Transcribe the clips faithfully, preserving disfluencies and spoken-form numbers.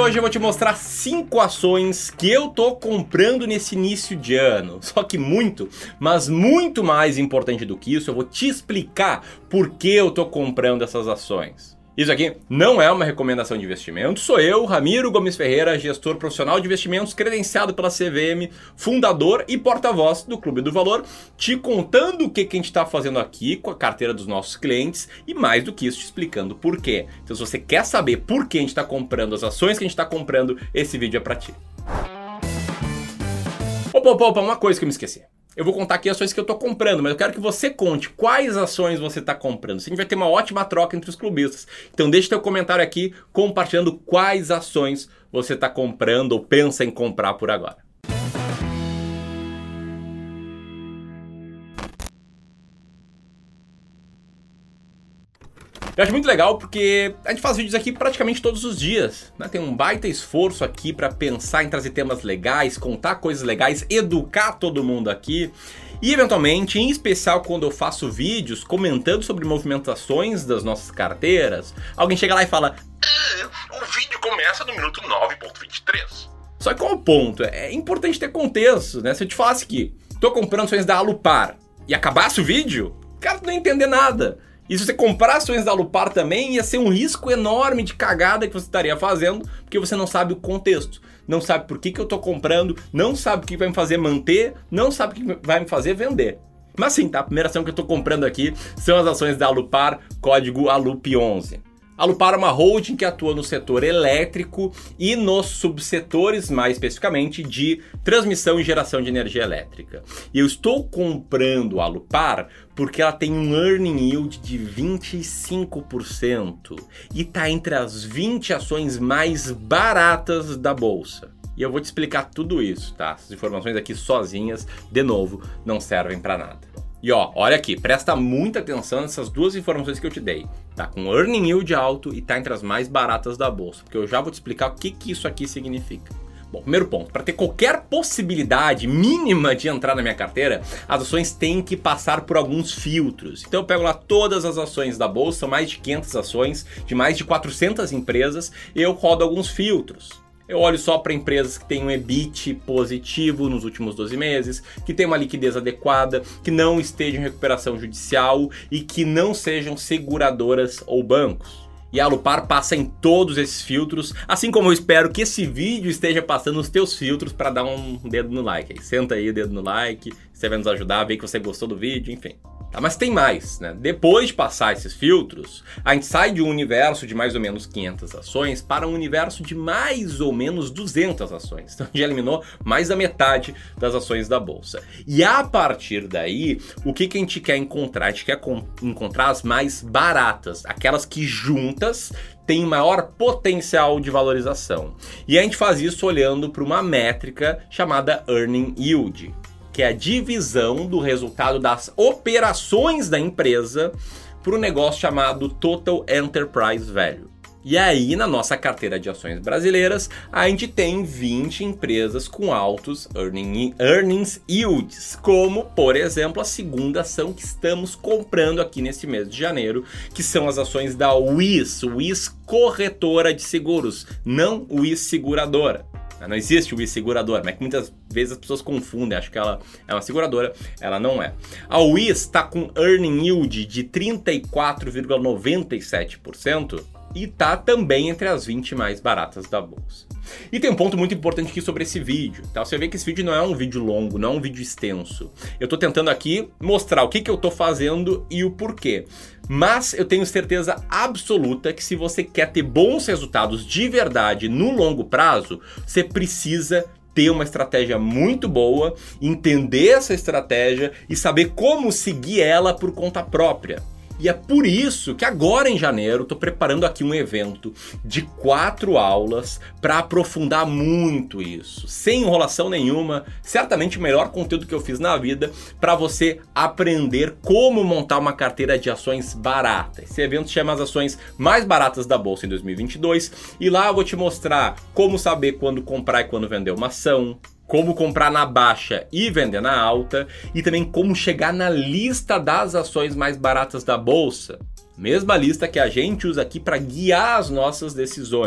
hoje eu vou te mostrar cinco ações que eu tô comprando nesse início de ano. Só que muito, mas muito mais importante do que isso, eu vou te explicar por que eu tô comprando essas ações. Isso aqui não é uma recomendação de investimento, sou eu, Ramiro Gomes Ferreira, gestor profissional de investimentos credenciado pela C V M, fundador e porta-voz do Clube do Valor, te contando o que, que a gente está fazendo aqui com a carteira dos nossos clientes e mais do que isso, te explicando por quê. Então se você quer saber por que a gente está comprando as ações que a gente está comprando, esse vídeo é para ti. Opa, opa, opa, uma coisa que eu me esqueci. Eu vou contar aqui ações que eu estou comprando, mas eu quero que você conte quais ações você está comprando. Assim a gente vai ter uma ótima troca entre os clubistas. Então deixe teu comentário aqui compartilhando quais ações você está comprando ou pensa em comprar por agora. Eu acho muito legal porque a gente faz vídeos aqui praticamente todos os dias, né? Tem um baita esforço aqui para pensar em trazer temas legais, contar coisas legais, educar todo mundo aqui. E eventualmente, em especial quando eu faço vídeos comentando sobre movimentações das nossas carteiras, alguém chega lá e fala: ah, o vídeo começa no minuto nove ponto vinte e três. Só que qual é o ponto? É importante ter contexto, né? Se eu te falasse que tô comprando ações da Alupar e acabasse o vídeo, o cara não ia entender nada. E se você comprar ações da Alupar também, ia ser um risco enorme de cagada que você estaria fazendo, porque você não sabe o contexto, não sabe por que, que eu estou comprando, não sabe o que vai me fazer manter, não sabe o que vai me fazer vender. Mas sim, tá? A primeira ação que eu estou comprando aqui são as ações da Alupar, código A L U P onze. A Alupar é uma holding que atua no setor elétrico e nos subsetores, mais especificamente, de transmissão e geração de energia elétrica. E eu estou comprando a Alupar porque ela tem um earning yield de vinte e cinco por cento e está entre as vinte ações mais baratas da bolsa. E eu vou te explicar tudo isso, tá? Essas informações aqui sozinhas, de novo, não servem para nada. E ó, olha aqui, presta muita atenção nessas duas informações que eu te dei. Tá com earning yield alto e tá entre as mais baratas da bolsa, porque eu já vou te explicar o que, que isso aqui significa. Bom, primeiro ponto, para ter qualquer possibilidade mínima de entrar na minha carteira, as ações têm que passar por alguns filtros. Então eu pego lá todas as ações da bolsa, são mais de quinhentas ações, de mais de quatrocentas empresas, e eu rodo alguns filtros. Eu olho só para empresas que têm um E B I T positivo nos últimos doze meses, que têm uma liquidez adequada, que não estejam em recuperação judicial e que não sejam seguradoras ou bancos. E a Alupar passa em todos esses filtros, assim como eu espero que esse vídeo esteja passando nos teus filtros para dar um dedo no like. Aí, senta aí o dedo no like, você vai nos ajudar a ver que você gostou do vídeo, enfim. Tá, mas tem mais, né? Depois de passar esses filtros, a gente sai de um universo de mais ou menos quinhentas ações para um universo de mais ou menos duzentas ações. Então já eliminou mais da metade das ações da bolsa. E a partir daí, o que, que a gente quer encontrar? A gente quer encontrar as mais baratas, aquelas que juntas têm maior potencial de valorização. E a gente faz isso olhando para uma métrica chamada Earning Yield, que é a divisão do resultado das operações da empresa para um negócio chamado Total Enterprise Value. E aí, na nossa carteira de ações brasileiras, a gente tem vinte empresas com altos earning, earnings yields, como, por exemplo, a segunda ação que estamos comprando aqui nesse mês de janeiro, que são as ações da W I S, W I S Corretora de Seguros, não W I S Seguradora. Não existe o W I S seguradora, mas que muitas vezes as pessoas confundem, acham que ela é uma seguradora, ela não é. A W I S está com earning yield de trinta e quatro vírgula noventa e sete por cento e está também entre as vinte mais baratas da bolsa. E tem um ponto muito importante aqui sobre esse vídeo, tá? Você vê que esse vídeo não é um vídeo longo, não é um vídeo extenso. Eu estou tentando aqui mostrar o que, que eu estou fazendo e o porquê. Mas eu tenho certeza absoluta que se você quer ter bons resultados de verdade no longo prazo, você precisa ter uma estratégia muito boa, entender essa estratégia e saber como seguir ela por conta própria. E é por isso que agora em janeiro estou preparando aqui um evento de quatro aulas para aprofundar muito isso, sem enrolação nenhuma, certamente o melhor conteúdo que eu fiz na vida para você aprender como montar uma carteira de ações barata. Esse evento chama as ações mais baratas da bolsa em dois mil e vinte e dois e lá eu vou te mostrar como saber quando comprar e quando vender uma ação, como comprar na baixa e vender na alta, e também como chegar na lista das ações mais baratas da bolsa. Mesma lista que a gente usa aqui para guiar as nossas decisões.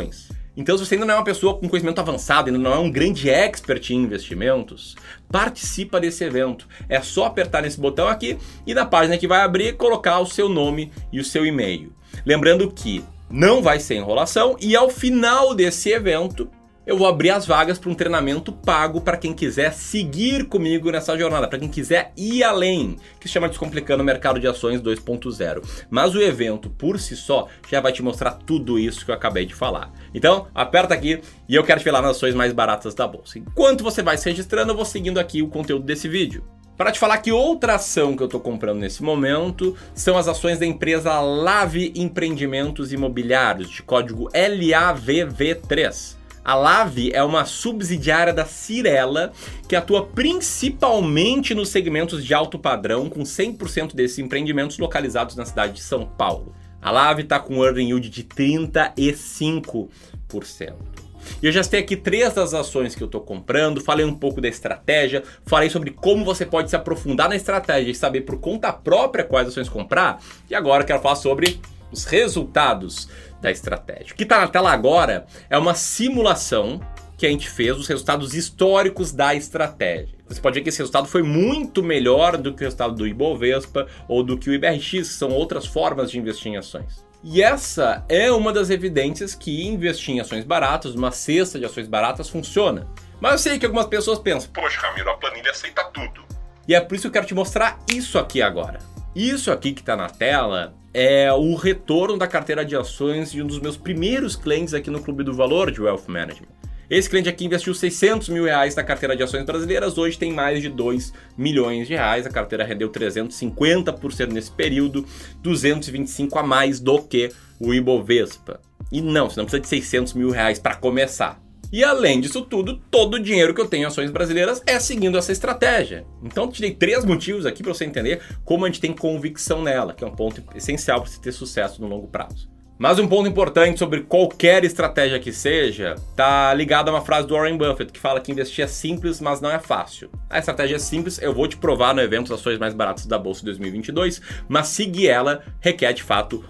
Então, se você ainda não é uma pessoa com conhecimento avançado, ainda não é um grande expert em investimentos, participa desse evento. É só apertar nesse botão aqui e na página que vai abrir, colocar o seu nome e o seu e-mail. Lembrando que não vai ser enrolação e ao final desse evento, eu vou abrir as vagas para um treinamento pago para quem quiser seguir comigo nessa jornada, para quem quiser ir além, que se chama Descomplicando o Mercado de Ações dois ponto zero. Mas o evento, por si só, já vai te mostrar tudo isso que eu acabei de falar. Então, aperta aqui e eu quero te ver lá nas ações mais baratas da bolsa. Enquanto você vai se registrando, eu vou seguindo aqui o conteúdo desse vídeo. Para te falar que outra ação que eu estou comprando nesse momento são as ações da empresa Lave Empreendimentos Imobiliários, de código L A V V três. A Lave é uma subsidiária da Cyrela que atua principalmente nos segmentos de alto padrão, com cem por cento desses empreendimentos localizados na cidade de São Paulo. A Lave está com um earning yield de trinta e cinco por cento. E eu já citei aqui três das ações que eu estou comprando, falei um pouco da estratégia, falei sobre como você pode se aprofundar na estratégia e saber por conta própria quais ações comprar. E agora eu quero falar sobre os resultados da estratégia. O que está na tela agora é uma simulação que a gente fez dos resultados históricos da estratégia. Você pode ver que esse resultado foi muito melhor do que o resultado do Ibovespa ou do que o I B R X, que são outras formas de investir em ações. E essa é uma das evidências que investir em ações baratas, uma cesta de ações baratas, funciona. Mas eu sei que algumas pessoas pensam, Poxa, Ramiro, a planilha aceita tudo. e é por isso que eu quero te mostrar isso aqui agora. Isso aqui que está na tela é o retorno da carteira de ações de um dos meus primeiros clientes aqui no Clube do Valor de Wealth Management. Esse cliente aqui investiu seiscentos mil reais na carteira de ações brasileiras, hoje tem mais de dois milhões de reais, a carteira rendeu trezentos e cinquenta por cento nesse período, duzentos e vinte e cinco por cento a mais do que o Ibovespa. E não, você não precisa de seiscentos mil reais para começar. E além disso tudo, todo o dinheiro que eu tenho em ações brasileiras é seguindo essa estratégia. Então eu te dei três motivos aqui para você entender como a gente tem convicção nela, que é um ponto essencial para você ter sucesso no longo prazo. Mas um ponto importante sobre qualquer estratégia que seja, tá ligado a uma frase do Warren Buffett, que fala que investir é simples, mas não é fácil. A estratégia é simples, eu vou te provar no evento Ações Mais Baratas da Bolsa dois mil e vinte e dois, mas seguir ela requer de fato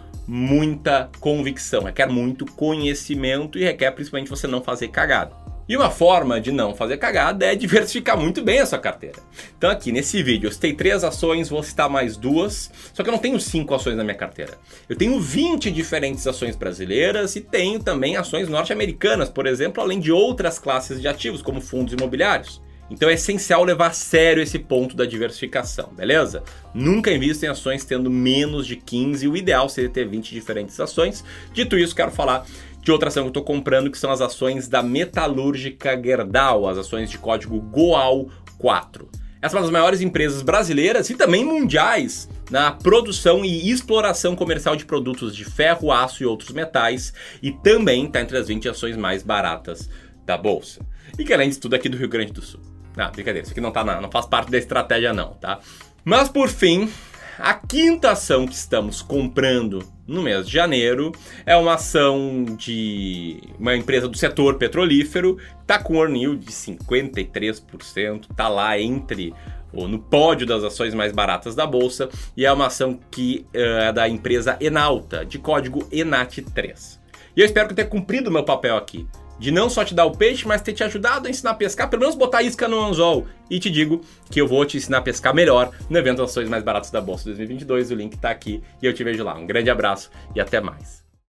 muita convicção, requer muito conhecimento e requer principalmente você não fazer cagada. E uma forma de não fazer cagada é diversificar muito bem a sua carteira. Então aqui nesse vídeo eu citei três ações, vou citar mais duas, só que eu não tenho cinco ações na minha carteira. Eu tenho vinte diferentes ações brasileiras e tenho também ações norte-americanas, por exemplo, além de outras classes de ativos, como fundos imobiliários. Então é essencial levar a sério esse ponto da diversificação, beleza? Nunca invista em ações tendo menos de quinze, o ideal seria ter vinte diferentes ações. Dito isso, quero falar de outra ação que eu estou comprando, que são as ações da Metalúrgica Gerdau, as ações de código G O A L quatro. Essa é uma das maiores empresas brasileiras e também mundiais na produção e exploração comercial de produtos de ferro, aço e outros metais, e também está entre as vinte ações mais baratas da Bolsa. E que além de tudo aqui do Rio Grande do Sul. Não, brincadeira, isso aqui não, tá na, não faz parte da estratégia não, tá? Mas por fim, a quinta ação que estamos comprando no mês de janeiro é uma ação de uma empresa do setor petrolífero, está com um earning yield de cinquenta e três por cento, está lá entre ou no pódio das ações mais baratas da bolsa, e é uma ação que uh, é da empresa Enalta, de código E N A T três. E eu espero que eu tenha cumprido o meu papel aqui, de não só te dar o peixe, mas ter te ajudado a ensinar a pescar, pelo menos botar isca no anzol. E te digo que eu vou te ensinar a pescar melhor no evento Ações Mais Baratas da Bolsa dois mil e vinte e dois, o link tá aqui e eu te vejo lá. Um grande abraço e até mais.